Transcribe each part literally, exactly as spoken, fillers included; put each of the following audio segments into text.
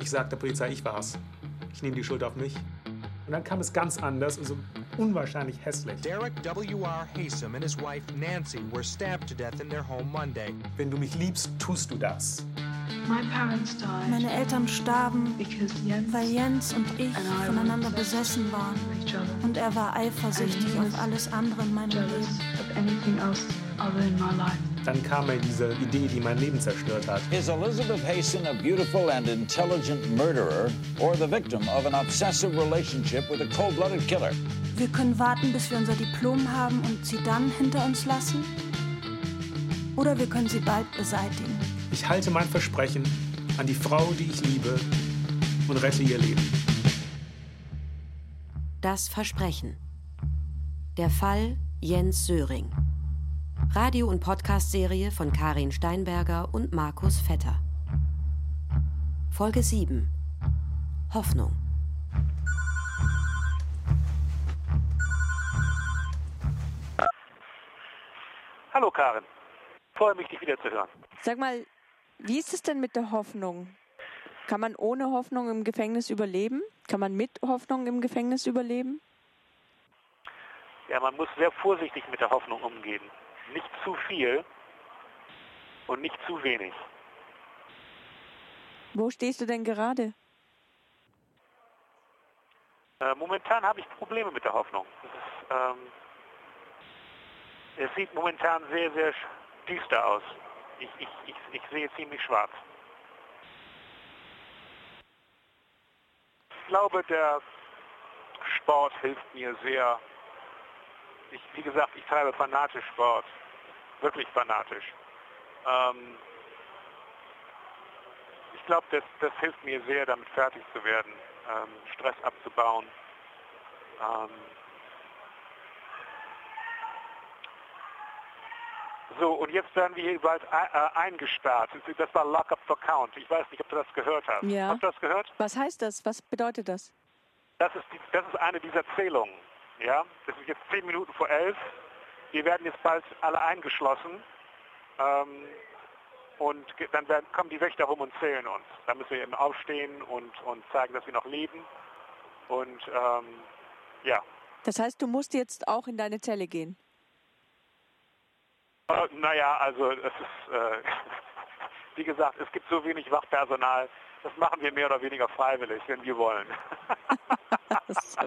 Ich sag der Polizei, ich war's. Ich nehme die Schuld auf mich. Und dann kam es ganz anders und so unwahrscheinlich hässlich. Derek W R Haysom and his wife Nancy were stabbed to death in their home Monday. Wenn du mich liebst, tust du das. Meine Eltern starben, weil Jens und ich voneinander besessen waren. Und er war eifersüchtig auf alles andere in meinem Leben. Dann kam mir diese Idee, die mein Leben zerstört hat. Is Elizabeth Haysom a beautiful and intelligent murderer or the victim of an obsessive relationship with a cold-blooded killer? Wir können warten, bis wir unser Diplom haben und sie dann hinter uns lassen. Oder wir können sie bald beseitigen. Ich halte mein Versprechen an die Frau, die ich liebe, und rette ihr Leben. Das Versprechen. Der Fall Jens Söring. Radio- und Podcast-Serie von Karin Steinberger und Markus Vetter. Folge sieben. Hoffnung. Hallo Karin. Freue mich, dich wieder zu hören. Sag mal, wie ist es denn mit der Hoffnung? Kann man ohne Hoffnung im Gefängnis überleben? Kann man mit Hoffnung im Gefängnis überleben? Ja, man muss sehr vorsichtig mit der Hoffnung umgehen. Nicht zu viel und nicht zu wenig. Wo stehst du denn gerade? Äh, momentan habe ich Probleme mit der Hoffnung. Es, ist, ähm, es sieht momentan sehr, sehr düster aus. Ich, ich, ich, ich sehe ziemlich schwarz. Ich glaube, der Sport hilft mir sehr. Ich, wie gesagt, ich treibe fanatisch Sport. Wirklich fanatisch. Ähm, ich glaube, das, das hilft mir sehr, damit fertig zu werden, ähm, Stress abzubauen. Ähm, so, und jetzt werden wir hier bald äh, eingesperrt. Das war Lock Up for Count. Ich weiß nicht, ob du das gehört hast. Ja. Hast du das gehört? Was heißt das? Was bedeutet das? Das ist, die, das ist eine dieser Zählungen. Ja? Das ist jetzt zehn Minuten vor elf. Wir werden jetzt bald alle eingeschlossen. Ähm, und dann werden, kommen die Wächter rum und zählen uns. Dann müssen wir eben aufstehen und, und zeigen, dass wir noch leben. Und ähm, ja. Das heißt, du musst jetzt auch in deine Zelle gehen? Äh, naja, also es ist, äh, wie gesagt, es gibt so wenig Wachpersonal. Das machen wir mehr oder weniger freiwillig, wenn wir wollen. So.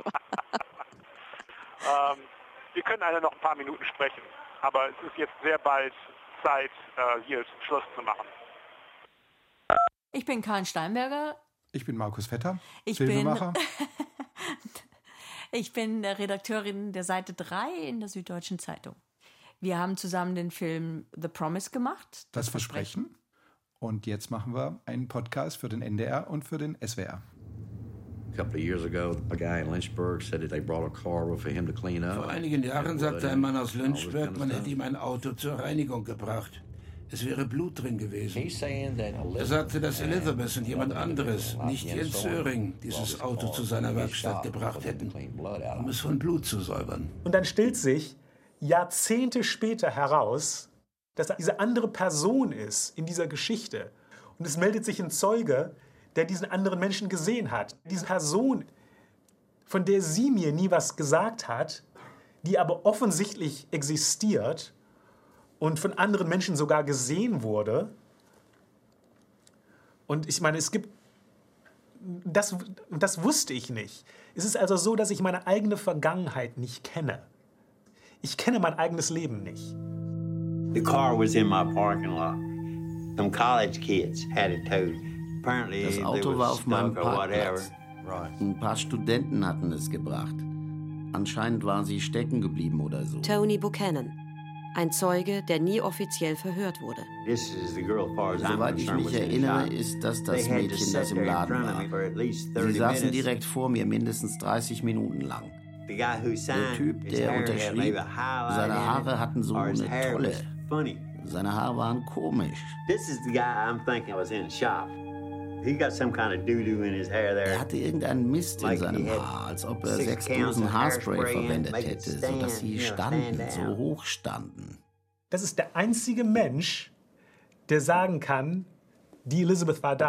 ähm, wir können alle noch ein paar Minuten sprechen. Aber es ist jetzt sehr bald Zeit, äh, hier Schluss zu machen. Ich bin Karin Steinberger. Ich bin Markus Vetter, ich Filmemacher. Bin ich bin Redakteurin der Seite drei in der Süddeutschen Zeitung. Wir haben zusammen den Film The Promise gemacht. Das, das Versprechen. Versprechen. Und jetzt machen wir einen Podcast für den N D R und für den S W R. A couple of years ago, a guy in Lynchburg said that they brought a car for him to clean up. Vor einigen Jahren sagte ein Mann aus Lynchburg, man hätte ihm ein Auto zur Reinigung gebracht. Es wäre Blut drin gewesen. Er sagte, dass Elizabeth und jemand anderes, nicht Jens Söring, dieses Auto zu seiner Werkstatt gebracht hätten, um es von Blut zu säubern. Und dann stellt sich Jahrzehnte später heraus, dass er diese andere Person ist in dieser Geschichte. Und es meldet sich ein Zeuge, der diesen anderen Menschen gesehen hat. Diese Person, von der sie mir nie was gesagt hat, die aber offensichtlich existiert und von anderen Menschen sogar gesehen wurde. Und ich meine, es gibt, das, das wusste ich nicht. Es ist also so, dass ich meine eigene Vergangenheit nicht kenne. Ich kenne mein eigenes Leben nicht. The car was in my parking lot. Some college kids had it towed. Das Auto war auf meinem Parkplatz. Ein paar Studenten hatten es gebracht. Anscheinend waren sie stecken geblieben oder so. Tony Buchanan, ein Zeuge, der nie offiziell verhört wurde. Soweit ich mich erinnere, ist das das Mädchen, das im Laden war. Sie saßen direkt vor mir, mindestens dreißig Minuten lang. Der Typ, der unterschrieb, seine Haare hatten so eine Tolle. Seine Haare waren komisch. Er hatte irgendeinen Mist in seinem Haar, als ob er sechs Dosen Haarspray verwendet hätte, sodass sie standen, so hoch standen. Das ist der einzige Mensch, der sagen kann, die Elizabeth war da.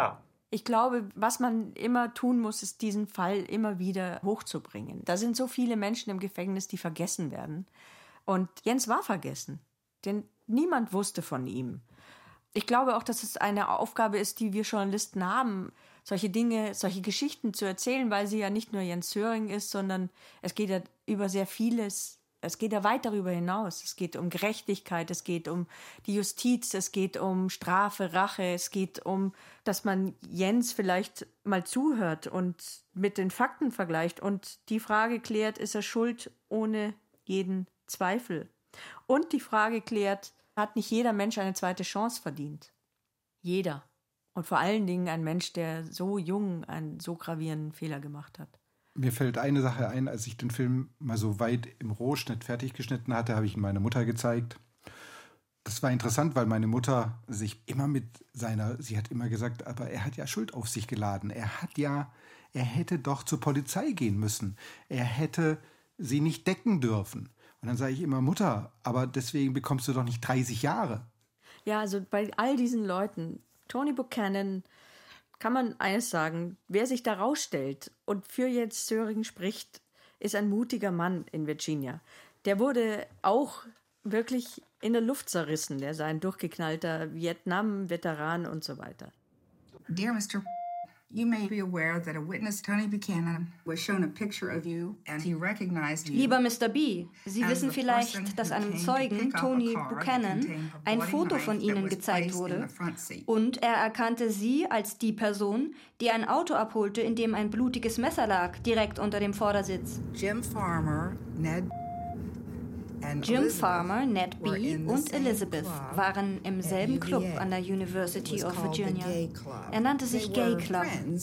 Ich glaube, was man immer tun muss, ist, diesen Fall immer wieder hochzubringen. Da sind so viele Menschen im Gefängnis, die vergessen werden. Und Jens war vergessen, denn niemand wusste von ihm. Ich glaube auch, dass es eine Aufgabe ist, die wir Journalisten haben, solche Dinge, solche Geschichten zu erzählen, weil sie ja nicht nur Jens Söring ist, sondern es geht ja über sehr vieles. Es geht ja weit darüber hinaus. Es geht um Gerechtigkeit, es geht um die Justiz, es geht um Strafe, Rache, es geht um, dass man Jens vielleicht mal zuhört und mit den Fakten vergleicht und die Frage klärt, ist er schuld ohne jeden Zweifel? Und die Frage klärt, hat nicht jeder Mensch eine zweite Chance verdient? Jeder. Und vor allen Dingen ein Mensch, der so jung einen so gravierenden Fehler gemacht hat. Mir fällt eine Sache ein, als ich den Film mal so weit im Rohschnitt fertig geschnitten hatte, habe ich ihn meiner Mutter gezeigt. Das war interessant, weil meine Mutter sich immer mit seiner, sie hat immer gesagt, aber er hat ja Schuld auf sich geladen. Er hat ja, er hätte doch zur Polizei gehen müssen. Er hätte sie nicht decken dürfen. Und dann sage ich immer, Mutter, aber deswegen bekommst du doch nicht dreißig Jahre. Ja, also bei all diesen Leuten, Tony Buchanan, kann man eines sagen, wer sich da rausstellt und für Jens Söring spricht, ist ein mutiger Mann in Virginia. Der wurde auch wirklich in der Luft zerrissen. Der sei ein durchgeknallter Vietnam-Veteran und so weiter. Dear Mister You may be aware that a witness, Tony Buchanan, was shown a picture of you and he recognized you. Lieber Mister B, Sie wissen vielleicht, dass einem Zeugen, Tony Buchanan, ein Foto von Ihnen gezeigt wurde und er erkannte Sie als die Person, die ein Auto abholte, in dem ein blutiges Messer lag, direkt unter dem Vordersitz. Jim Farmer, Ned Jim Farmer, Ned B. und Elizabeth waren im selben Club an der University of Virginia. Er nannte sich Gay Club.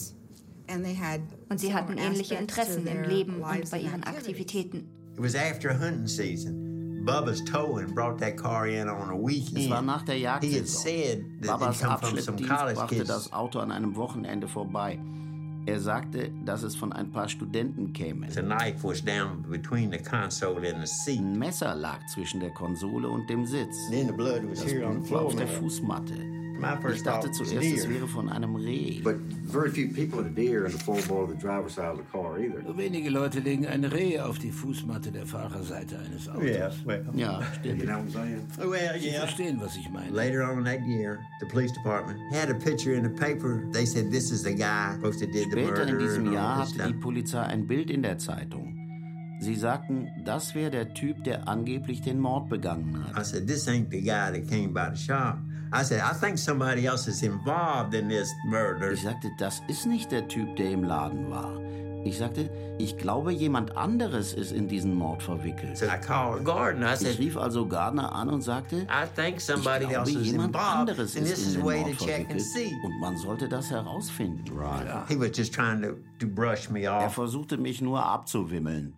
Und sie hatten ähnliche Interessen im Leben und bei ihren Aktivitäten. It was after hunting season. Bubba's towing brought that car in on a weekend. Es war nach der Jagdsaison. Bubbas Abschleppdienst brachte das Auto an einem Wochenende vorbei. Er sagte, dass es von ein paar Studenten käme. The knife was down between the console and the seat. Ein Messer lag zwischen der Konsole und dem Sitz. Then the blood was das here on the Blut war floor. auf der Fußmatte. Ich dachte zuerst, es wäre von einem Reh. But very few people had a deer in the floorboard of the driver's side of the car either. Nur wenige Leute legen ein Reh auf die Fußmatte der Fahrerseite eines Autos. Yeah, well, ja, stimmt. You know what I'm saying? Well, Sie yeah. verstehen, was ich meine. Later on that year, the police department had a picture in the paper. They said this is the guy supposed to did the Später murder. in diesem and all Jahr this hatte die stuff. Polizei ein Bild in der Zeitung. Sie sagten, das wäre der Typ, der angeblich den Mord begangen hat. I said, this ain't the guy that came by the shop. I said, I think somebody else is involved in this murder. Ich sagte, das ist nicht der Typ, der im Laden war. Ich sagte, ich glaube, jemand anderes ist in diesen Mord verwickelt. So I called Gardner. I Ich said, rief also Gardner an und sagte, I think somebody ich glaube, else is jemand involved, anderes and ist this is in the den way Mord to check and verwickelt see. und man sollte das herausfinden. He was just trying to, to brush me Er off. versuchte mich nur abzuwimmeln.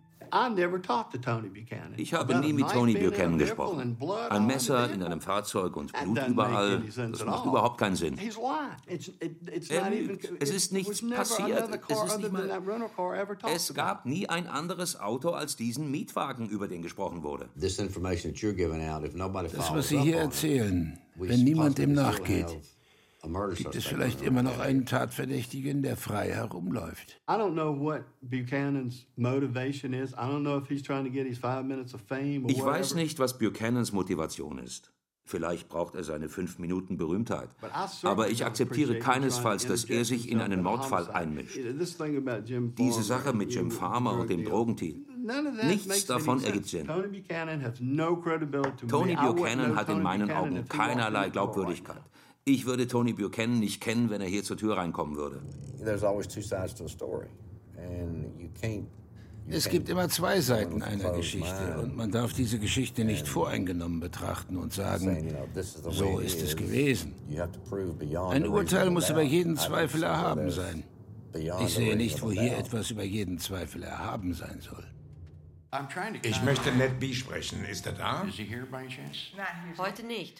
Ich habe nie mit Tony Buchanan gesprochen. Ein Messer in einem Fahrzeug und Blut überall, das macht überhaupt keinen Sinn. Er lügt. Es ist nichts passiert. Es ist nicht mal, es gab nie ein anderes Auto als diesen Mietwagen, über den gesprochen wurde. Das, was Sie hier erzählen, wenn niemand dem nachgeht, gibt es vielleicht immer noch einen Tatverdächtigen, der frei herumläuft. Ich weiß nicht, was Buchanans Motivation ist. Vielleicht braucht er seine fünf Minuten Berühmtheit. Aber ich akzeptiere keinesfalls, dass er sich in einen Mordfall einmischt. Diese Sache mit Jim Farmer und dem Drogendeal. Nichts davon ergibt Sinn. Tony Buchanan hat in meinen Augen keinerlei Glaubwürdigkeit. Ich würde Tony Buchanan nicht kennen, wenn er hier zur Tür reinkommen würde. Es gibt immer zwei Seiten einer Geschichte und man darf diese Geschichte nicht voreingenommen betrachten und sagen, so ist es gewesen. Ein Urteil muss über jeden Zweifel erhaben sein. Ich sehe nicht, wo hier etwas über jeden Zweifel erhaben sein soll. Ich möchte Ned B. sprechen. Ist er da? Heute nicht.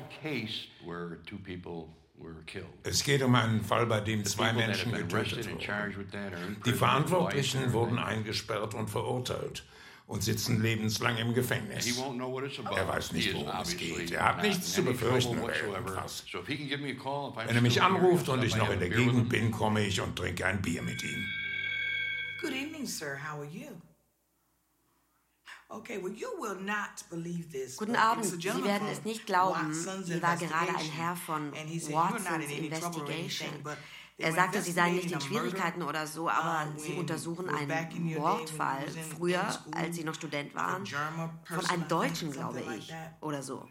Es geht um einen Fall, bei dem zwei Menschen getötet wurden. Die Verantwortlichen wurden eingesperrt und verurteilt. und sitzen lebenslang im Gefängnis. Er weiß nicht, worum es geht. Er hat nichts zu befürchten oder irgendwas. Wenn er mich anruft und ich noch in der Gegend bin, komme ich und trinke ein Bier mit ihm. Good evening, sir. How are you? Okay, well, you will not believe this. Guten Abend. Sie werden es nicht glauben. Sie war gerade ein Herr von Watson's Investigation. Er sagte, sie seien nicht in Schwierigkeiten oder so, aber sie untersuchen einen Mordfall, früher, als sie noch Student waren, von einem Deutschen, glaube ich, oder so.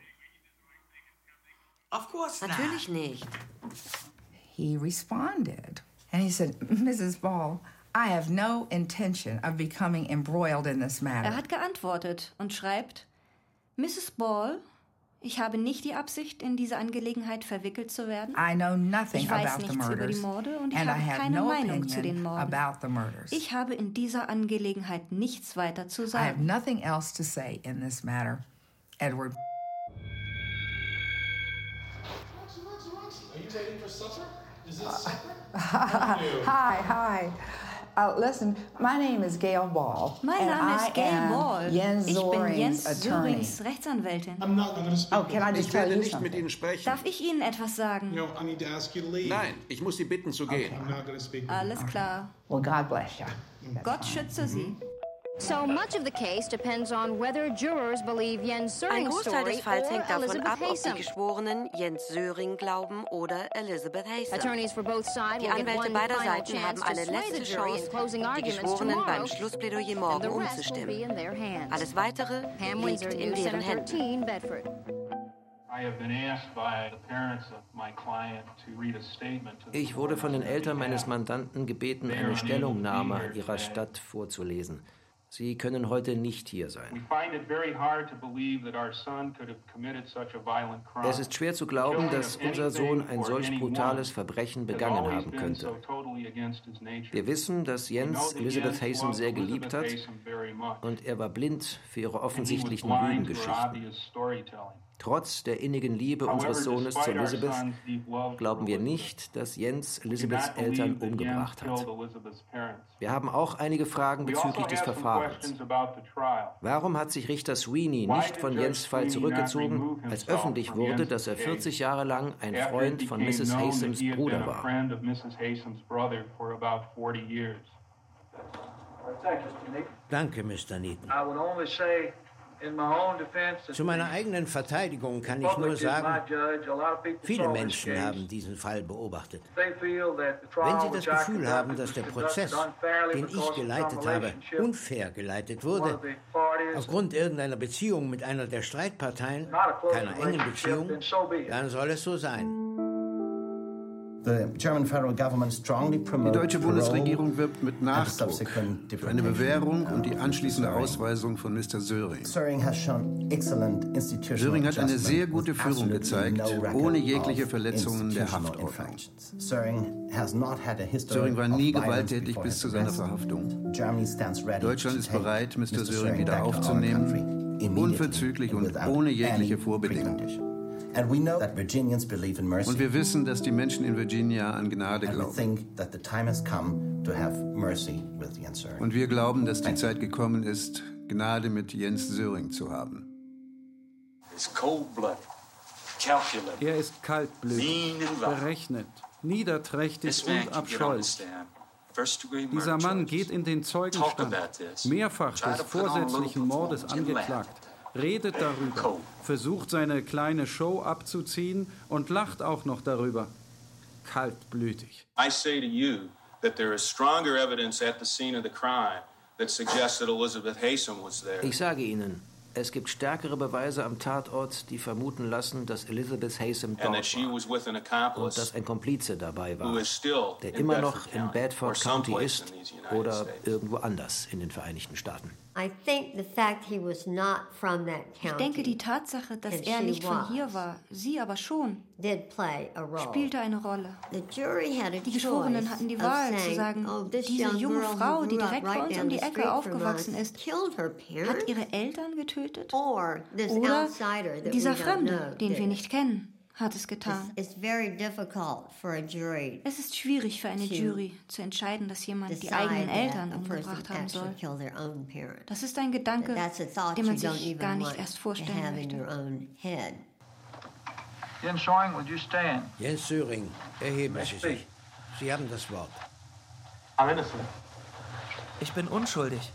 Natürlich nicht. He responded, and he said, Missus Ball, I have no intention of becoming embroiled in this matter. Er hat geantwortet und schreibt, Missus Ball, ich habe nicht die Absicht, in diese Angelegenheit verwickelt zu werden. I know nothing ich weiß about the nichts über die murders, Morde und ich and habe I have keine no Meinung zu den opinion Morden. about the murders. Ich habe in dieser Angelegenheit nichts weiter zu I have sagen. nothing else to say in this matter. Edward. Are you waiting for supper? Is it supper? Hi, hi. Uh, listen, my name is Gail Ball. Mein Name ist Gail Ball. Jens Ich bin Zorings Jens attorney. Zorings Rechtsanwältin. I'm not going to speak. Oh, can I just Ich tell werde you nicht something? mit Ihnen sprechen. Darf ich Ihnen etwas sagen? No, I need to ask you to leave. Nein, ich muss Sie bitten zu gehen. I'm not going to speak. Alles klar. Well, God bless you. Gott schütze Sie. So much of the case depends on whether jurors believe Jens Ein Söring's Großteil story des Falls or hängt davon Elizabeth ab, ob die Haysom. Geschworenen Jens Söring glauben oder Elizabeth Haysom. Attorneys for both sides Die will get Anwälte one beider final Seiten chance haben to eine sway letzte the jury in Chance, closing die arguments Geschworenen beim tomorrow, Schlussplädoyer and morgen the rest will be umzustimmen. in their hands. Alles Weitere Pam liegt Windsor, in News deren Center Händen. thirteen, Bedford. Ich wurde von den Eltern meines Mandanten gebeten, eine Stellungnahme ihrer Stadt vorzulesen. Sie können heute nicht hier sein. Es ist schwer zu glauben, dass unser Sohn ein solch brutales Verbrechen begangen haben könnte. Wir wissen, dass Jens Elizabeth Haysom sehr geliebt hat und er war blind für ihre offensichtlichen Lügengeschichten. Trotz der innigen Liebe unseres Sohnes zu Elizabeth glauben wir nicht, dass Jens Elizabeths Eltern umgebracht hat. Wir haben auch einige Fragen bezüglich des Verfahrens. Warum hat sich Richter Sweeney nicht von Jens' Fall zurückgezogen, als öffentlich wurde, dass er vierzig Jahre lang ein Freund von Misses Haysoms Bruder war? Danke, Mister Neaton. Zu meiner eigenen Verteidigung kann ich nur sagen, viele Menschen haben diesen Fall beobachtet. Wenn sie das Gefühl haben, dass der Prozess, den ich geleitet habe, unfair geleitet wurde, aufgrund irgendeiner Beziehung mit einer der Streitparteien, keiner engen Beziehung, dann soll es so sein. Die deutsche Bundesregierung wirbt mit Nachdruck für eine Bewährung und die anschließende Ausweisung von Mister Söring. Söring hat eine sehr gute Führung gezeigt, ohne jegliche Verletzungen der Haftordnung. Söring war nie gewalttätig bis zu seiner Verhaftung. Deutschland ist bereit, Mister Söring wieder aufzunehmen, unverzüglich und ohne jegliche Vorbedingung. Und wir wissen, dass die Menschen in Virginia an Gnade glauben. Und wir glauben, dass die Zeit gekommen ist, Gnade mit Jens Söring zu haben. Er ist kaltblütig, berechnet, niederträchtig und abscheulich. Dieser Mann geht in den Zeugenstand, mehrfach des vorsätzlichen Mordes angeklagt, redet darüber, versucht seine kleine Show abzuziehen und lacht auch noch darüber. Kaltblütig. I say to you that there is stronger evidence at the scene of the crime that suggests that Elizabeth Haysom was there. Ich sage Ihnen, es gibt stärkere Beweise am Tatort, die vermuten lassen, dass Elizabeth Haysom dort war und dass ein Komplize dabei war, der immer noch in Bedford County ist oder irgendwo anders in den Vereinigten Staaten. Ich denke, die Tatsache, dass er nicht von hier war, sie aber schon, spielte eine Rolle. Die Geschworenen hatten die Wahl zu sagen, diese junge Frau, die direkt bei uns um die Ecke aufgewachsen ist, hat ihre Eltern getötet? Oder dieser Fremde, den wir nicht kennen, hat es getan. It's, it's very difficult for a jury es ist schwierig für eine Jury zu entscheiden, dass jemand die eigenen Eltern umgebracht haben soll. Das ist ein Gedanke, den man sich gar nicht erst vorstellen möchte. Jens Söring, would you stand? Jens Söring, erheben Sie sich. Sie haben das Wort. I'm innocent. Ich bin unschuldig.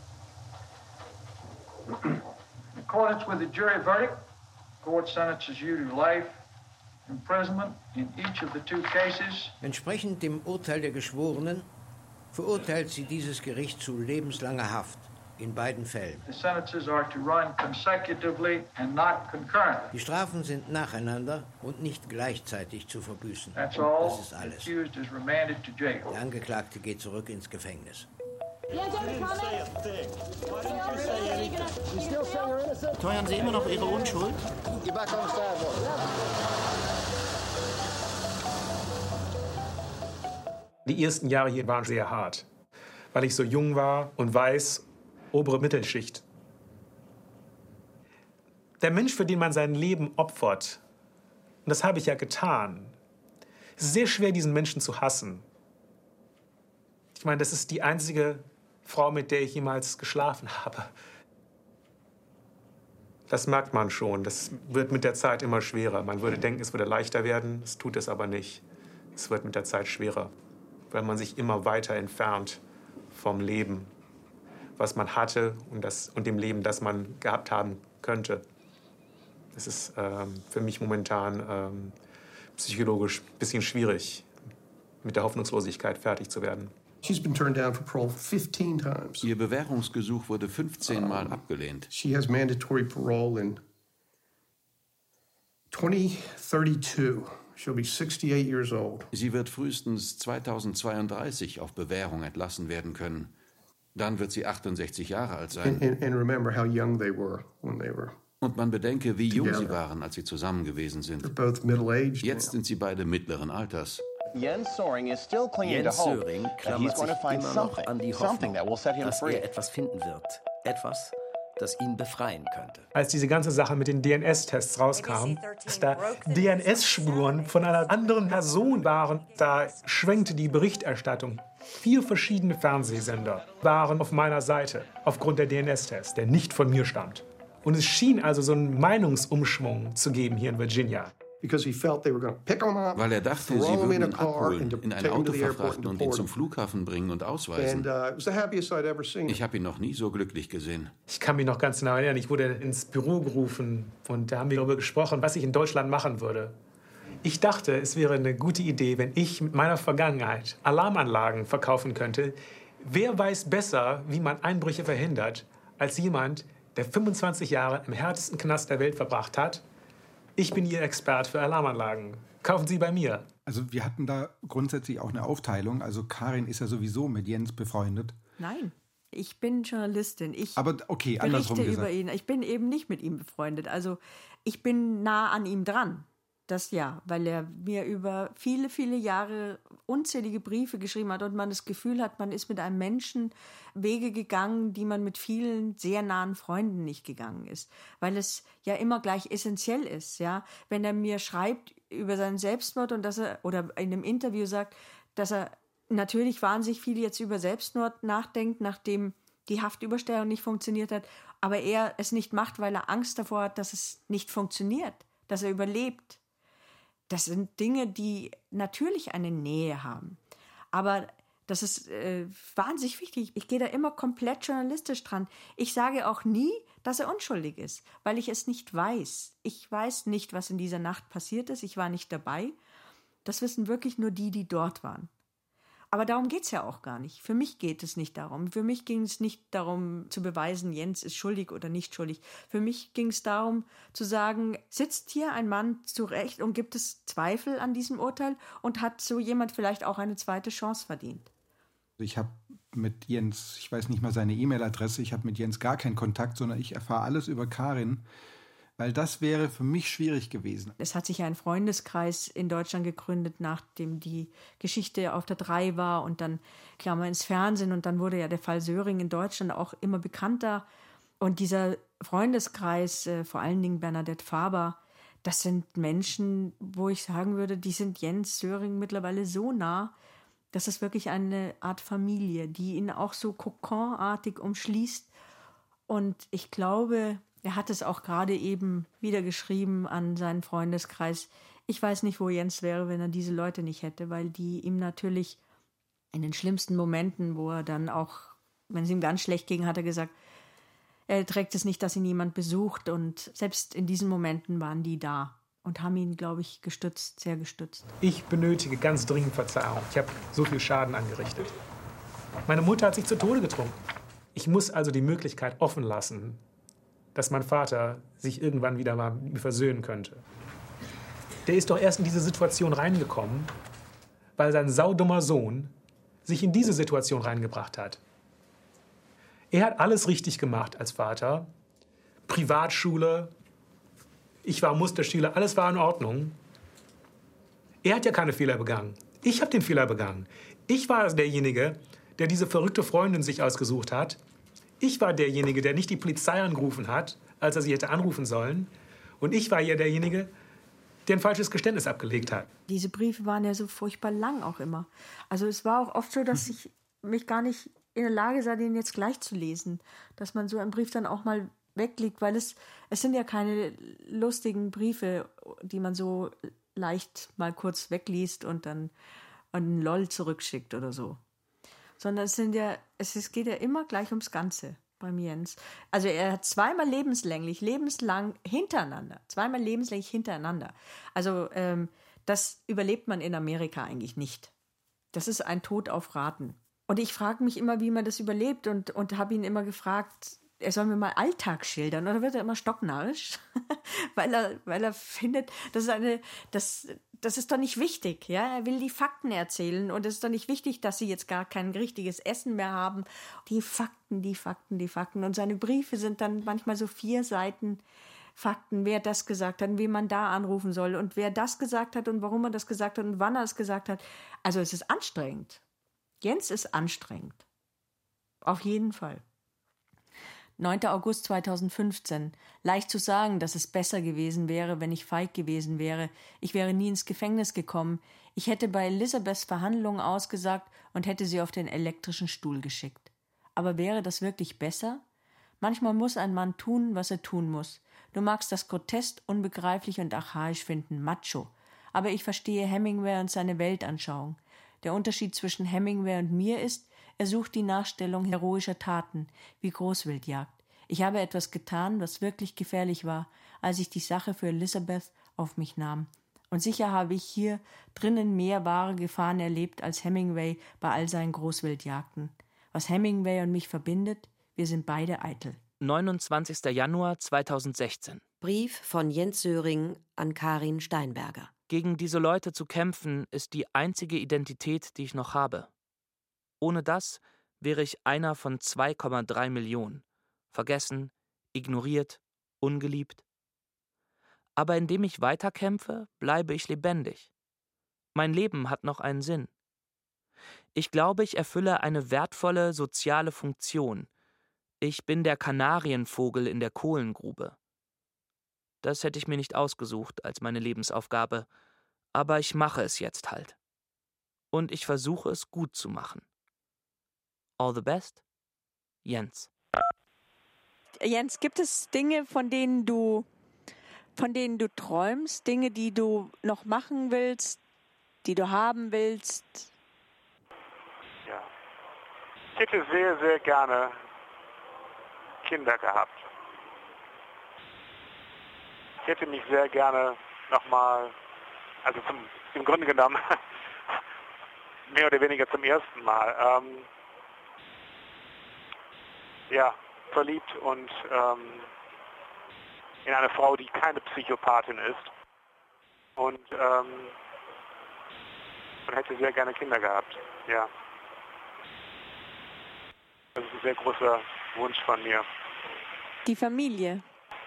In accordance with the jury verdict, the court sentences you to life imprisonment in each of the two cases. Entsprechend dem Urteil der Geschworenen verurteilt sie dieses Gericht zu lebenslanger Haft in beiden Fällen. The sentences are to run consecutively and not concurrently. Die Strafen sind nacheinander und nicht gleichzeitig zu verbüßen. That's all. Das ist alles. The accused is remanded to jail. Der Angeklagte geht zurück ins Gefängnis. Beteuern Sie immer noch Ihre Unschuld? Die ersten Jahre hier waren sehr hart, weil ich so jung war und weiß, obere Mittelschicht. Der Mensch, für den man sein Leben opfert, und das habe ich ja getan, es ist sehr schwer, diesen Menschen zu hassen. Ich meine, das ist die einzige Frau, mit der ich jemals geschlafen habe. Das merkt man schon. Das wird mit der Zeit immer schwerer. Man würde denken, es würde leichter werden. Es tut es aber nicht. Es wird mit der Zeit schwerer, weil man sich immer weiter entfernt vom Leben, was man hatte und, das, und dem Leben, das man gehabt haben könnte. Es ist ähm, für mich momentan ähm, psychologisch ein bisschen schwierig, mit der Hoffnungslosigkeit fertig zu werden. She's been turned down for parole fifteen times. Ihr Bewährungsgesuch wurde fünfzehn Mal abgelehnt. She has mandatory parole in twenty thirty-two. She'll be sixty-eight years old. Sie wird frühestens zweitausendzweiunddreißig auf Bewährung entlassen werden können. Dann wird sie achtundsechzig Jahre alt sein. And, and, and remember how young they were when they were. Und man bedenke, wie jung sie waren, als sie zusammen gewesen sind. They're both middle-aged. Jetzt sind sie beide mittleren Alters. Jens Söring is still clinging Jens to hope Söring that he's klammert going sich to find immer something, noch an die something Hoffnung, that will set him dass free. er etwas finden wird. Etwas, das ihn befreien könnte. Als diese ganze Sache mit den D N S-Tests rauskam, dass da D N S-Spuren von einer anderen Person waren, da schwenkte die Berichterstattung. Vier verschiedene Fernsehsender waren auf meiner Seite aufgrund der D N S-Tests, der nicht von mir stammt. Und es schien also so einen Meinungsumschwung zu geben hier in Virginia. Weil er dachte, sie würden ihn abholen, in ein Auto verfrachten und ihn zum Flughafen bringen und ausweisen. Ich habe ihn noch nie so glücklich gesehen. Ich kann mich noch ganz genau erinnern, ich wurde ins Büro gerufen und da haben wir darüber gesprochen, was ich in Deutschland machen würde. Ich dachte, es wäre eine gute Idee, wenn ich mit meiner Vergangenheit Alarmanlagen verkaufen könnte. Wer weiß besser, wie man Einbrüche verhindert, als jemand, der fünfundzwanzig Jahre im härtesten Knast der Welt verbracht hat? Ich bin Ihr Experte für Alarmanlagen. Kaufen Sie bei mir. Also wir hatten da grundsätzlich auch eine Aufteilung. Also Karin ist ja sowieso mit Jens befreundet. Nein, ich bin Journalistin. Ich Aber okay, andersrum berichte gesagt. über ihn. Ich bin eben nicht mit ihm befreundet. Also ich bin nah an ihm dran. Das ja, weil er mir über viele, viele Jahre unzählige Briefe geschrieben hat und man das Gefühl hat, man ist mit einem Menschen Wege gegangen, die man mit vielen sehr nahen Freunden nicht gegangen ist. Weil es ja immer gleich essentiell ist, ja. Wenn er mir schreibt über seinen Selbstmord und dass er, oder in einem Interview sagt, dass er natürlich wahnsinnig viel jetzt über Selbstmord nachdenkt, nachdem die Haftüberstellung nicht funktioniert hat, aber er es nicht macht, weil er Angst davor hat, dass es nicht funktioniert, dass er überlebt. Das sind Dinge, die natürlich eine Nähe haben. Aber das ist äh, wahnsinnig wichtig. Ich gehe da immer komplett journalistisch dran. Ich sage auch nie, dass er unschuldig ist, weil ich es nicht weiß. Ich weiß nicht, was in dieser Nacht passiert ist. Ich war nicht dabei. Das wissen wirklich nur die, die dort waren. Aber darum geht es ja auch gar nicht. Für mich geht es nicht darum. Für mich ging es nicht darum zu beweisen, Jens ist schuldig oder nicht schuldig. Für mich ging es darum zu sagen, sitzt hier ein Mann zu Recht und gibt es Zweifel an diesem Urteil und hat so jemand vielleicht auch eine zweite Chance verdient. Ich habe mit Jens, ich weiß nicht mal seine E-Mail-Adresse, ich habe mit Jens gar keinen Kontakt, sondern ich erfahre alles über Karin. Weil das wäre für mich schwierig gewesen. Es hat sich ja ein Freundeskreis in Deutschland gegründet, nachdem die Geschichte auf der drei war und dann kam er ins Fernsehen und dann wurde ja der Fall Söring in Deutschland auch immer bekannter. Und dieser Freundeskreis, äh, vor allen Dingen Bernadette Faber, das sind Menschen, wo ich sagen würde, die sind Jens Söring mittlerweile so nah, das ist wirklich eine Art Familie, die ihn auch so kokonartig umschließt. Und ich glaube, er hat es auch gerade eben wieder geschrieben an seinen Freundeskreis. Ich weiß nicht, wo Jens wäre, wenn er diese Leute nicht hätte, weil die ihm natürlich in den schlimmsten Momenten, wo er dann auch, wenn es ihm ganz schlecht ging, hat er gesagt, er trägt es nicht, dass ihn jemand besucht. Und selbst in diesen Momenten waren die da und haben ihn, glaube ich, gestützt, sehr gestützt. Ich benötige ganz dringend Verzeihung. Ich habe so viel Schaden angerichtet. Meine Mutter hat sich zu Tode getrunken. Ich muss also die Möglichkeit offen lassen, dass mein Vater sich irgendwann wieder mal mit mir versöhnen könnte. Der ist doch erst in diese Situation reingekommen, weil sein saudummer Sohn sich in diese Situation reingebracht hat. Er hat alles richtig gemacht als Vater. Privatschule, ich war Musterschüler, alles war in Ordnung. Er hat ja keine Fehler begangen. Ich habe den Fehler begangen. Ich war derjenige, der diese verrückte Freundin sich ausgesucht hat. Ich war derjenige, der nicht die Polizei angerufen hat, als er sie hätte anrufen sollen. Und ich war ja derjenige, der ein falsches Geständnis abgelegt hat. Diese Briefe waren ja so furchtbar lang auch immer. Also es war auch oft so, dass ich mich gar nicht in der Lage sah, den jetzt gleich zu lesen. Dass man so einen Brief dann auch mal weglegt, weil es, es sind ja keine lustigen Briefe, die man so leicht mal kurz wegliest und dann einen LOL zurückschickt oder so. Sondern es sind ja, es, es geht ja immer gleich ums Ganze beim Jens. Also er hat zweimal lebenslänglich, lebenslang hintereinander, zweimal lebenslänglich hintereinander. Also ähm, das überlebt man in Amerika eigentlich nicht. Das ist ein Tod auf Raten. Und ich frage mich immer, wie man das überlebt und, und habe ihn immer gefragt, er soll mir mal Alltag schildern. Und dann wird er immer stocknarrisch, weil er, weil er findet, das ist eine, das, das ist doch nicht wichtig. Ja? Er will die Fakten erzählen und es ist doch nicht wichtig, dass sie jetzt gar kein richtiges Essen mehr haben. Die Fakten, die Fakten, die Fakten. Und seine Briefe sind dann manchmal so vier Seiten Fakten, wer das gesagt hat und wie man da anrufen soll und wer das gesagt hat und warum er das gesagt hat und wann er es gesagt hat. Also es ist anstrengend. Jens ist anstrengend. Auf jeden Fall. neunter August zweitausendfünfzehn. Leicht zu sagen, dass es besser gewesen wäre, wenn ich feig gewesen wäre. Ich wäre nie ins Gefängnis gekommen. Ich hätte bei Elizabeths Verhandlungen ausgesagt und hätte sie auf den elektrischen Stuhl geschickt. Aber wäre das wirklich besser? Manchmal muss ein Mann tun, was er tun muss. Du magst das grotesk, unbegreiflich und archaisch finden, macho. Aber ich verstehe Hemingway und seine Weltanschauung. Der Unterschied zwischen Hemingway und mir ist, er sucht die Nachstellung heroischer Taten, wie Großwildjagd. Ich habe etwas getan, was wirklich gefährlich war, als ich die Sache für Elizabeth auf mich nahm. Und sicher habe ich hier drinnen mehr wahre Gefahren erlebt als Hemingway bei all seinen Großwildjagden. Was Hemingway und mich verbindet, wir sind beide eitel. neunundzwanzigster Januar zweitausendsechzehn. Brief von Jens Söring an Karin Steinberger. Gegen diese Leute zu kämpfen, ist die einzige Identität, die ich noch habe. Ohne das wäre ich einer von zwei Komma drei Millionen. Vergessen, ignoriert, ungeliebt. Aber indem ich weiterkämpfe, bleibe ich lebendig. Mein Leben hat noch einen Sinn. Ich glaube, ich erfülle eine wertvolle soziale Funktion. Ich bin der Kanarienvogel in der Kohlengrube. Das hätte ich mir nicht ausgesucht als meine Lebensaufgabe, aber ich mache es jetzt halt. Und ich versuche es gut zu machen. All the best, Jens. Jens, gibt es Dinge, von denen du, von denen du träumst, Dinge, die du noch machen willst, die du haben willst? Ja. Ich hätte sehr, sehr gerne Kinder gehabt. Ich hätte mich sehr gerne nochmal, also zum, im Grunde genommen, mehr oder weniger zum ersten Mal, ähm, ja, verliebt und ähm, in eine Frau, die keine Psychopathin ist. Und ähm, man hätte sehr gerne Kinder gehabt, ja. Das ist ein sehr großer Wunsch von mir. Die Familie.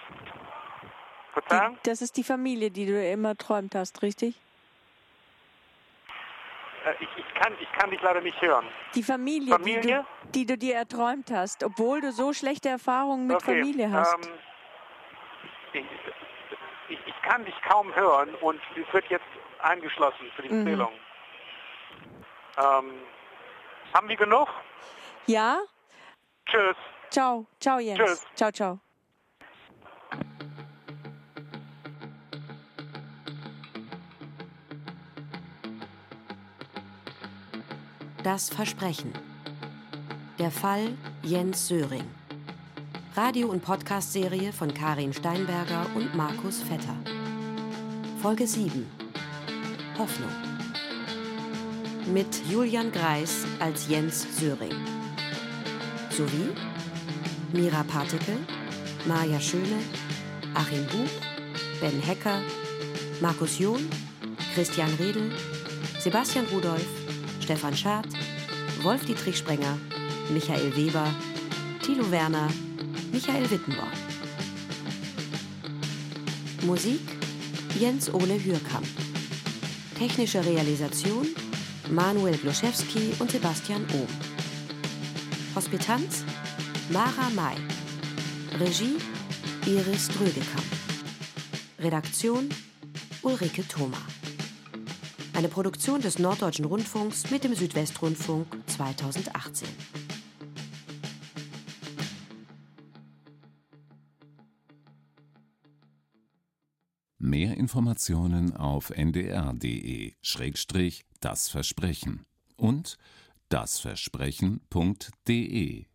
Die, das ist die Familie, die du immer träumt hast, richtig? Äh, ich, ich, kann, ich kann dich leider nicht hören. Die Familie, Familie? Die, du, die du dir erträumt hast, obwohl du so schlechte Erfahrungen mit okay, Familie hast. Ähm, ich, ich, ich kann dich kaum hören und es wird jetzt eingeschlossen für die Zählung. Mhm. Ähm, haben wir genug? Ja. Tschüss. Ciao. Ciao, Jens. Tschüss. Ciao, ciao. Das Versprechen. Der Fall Jens Söring. Radio- und Podcast-Serie von Karin Steinberger und Markus Vetter. Folge sieben. Hoffnung. Mit Julian Greis als Jens Söring. Sowie Mira Partikel, Maja Schöne, Achim Buch, Ben Hecker, Markus John, Christian Redl, Sebastian Rudolph, Stefan Schad, Wolf-Dietrich Sprenger, Michael Weber, Thilo Werner, Michael Wittenborn. Musik Jens-Ole Hürkamp. Technische Realisation Manuel Gluszewski und Sebastian Ohm. Hospitanz Mara May. Regie Iris Drögekamp. Redaktion Ulrike Thoma. Eine Produktion des Norddeutschen Rundfunks mit dem Südwestrundfunk zweitausendachtzehn. Mehr Informationen auf n d r punkt d e Schrägstrich das Versprechen und das versprechen punkt d e.